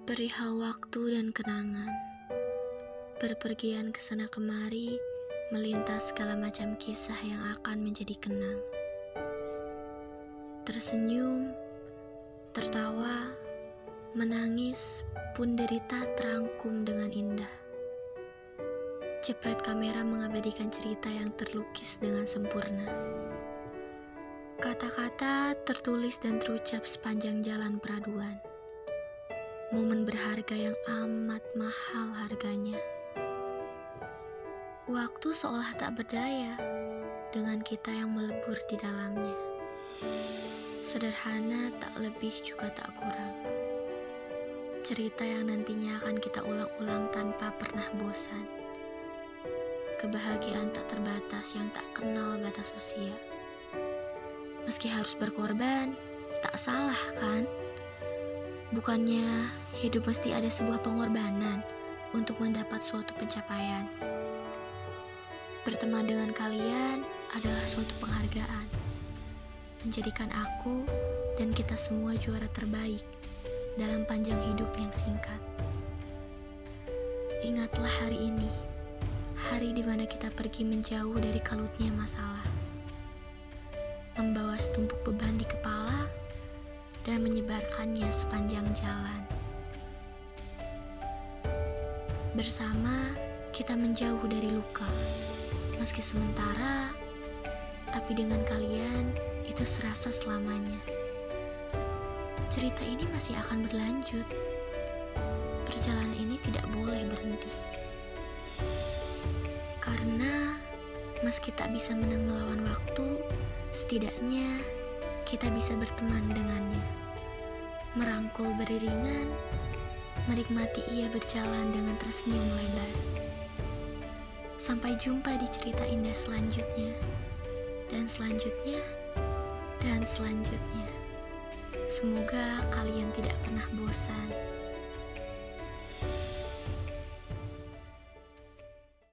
Perihal waktu dan kenangan, berpergian ke sana kemari, melintas segala macam kisah yang akan menjadi kenang. Tersenyum, tertawa, menangis, pun derita terangkum dengan indah. Jepret kamera mengabadikan cerita yang terlukis dengan sempurna. Kata-kata tertulis dan terucap sepanjang jalan peraduan. Momen berharga yang amat mahal harganya. Waktu seolah tak berdaya dengan kita yang melebur di dalamnya. Sederhana tak lebih juga tak kurang. Cerita yang nantinya akan kita ulang-ulang tanpa pernah bosan. Kebahagiaan tak terbatas yang tak kenal batas usia. Meski harus berkorban, tak salah kan? Bukannya hidup mesti ada sebuah pengorbanan untuk mendapat suatu pencapaian. Berteman dengan kalian adalah suatu penghargaan, menjadikan aku dan kita semua juara terbaik dalam panjang hidup yang singkat. Ingatlah hari ini, hari di mana kita pergi menjauh dari kalutnya masalah, membawa setumpuk beban di kepala dan menyebarkannya sepanjang jalan. Bersama, kita menjauh dari luka, meski sementara, tapi dengan kalian, itu serasa selamanya. Cerita ini masih akan berlanjut. Perjalanan ini tidak boleh berhenti. Karena, meski tak bisa menang melawan waktu, setidaknya kita bisa berteman dengannya. Merangkul beriringan, menikmati ia berjalan dengan tersenyum lebar. Sampai jumpa di cerita indah selanjutnya, dan selanjutnya, dan selanjutnya. Semoga kalian tidak pernah bosan.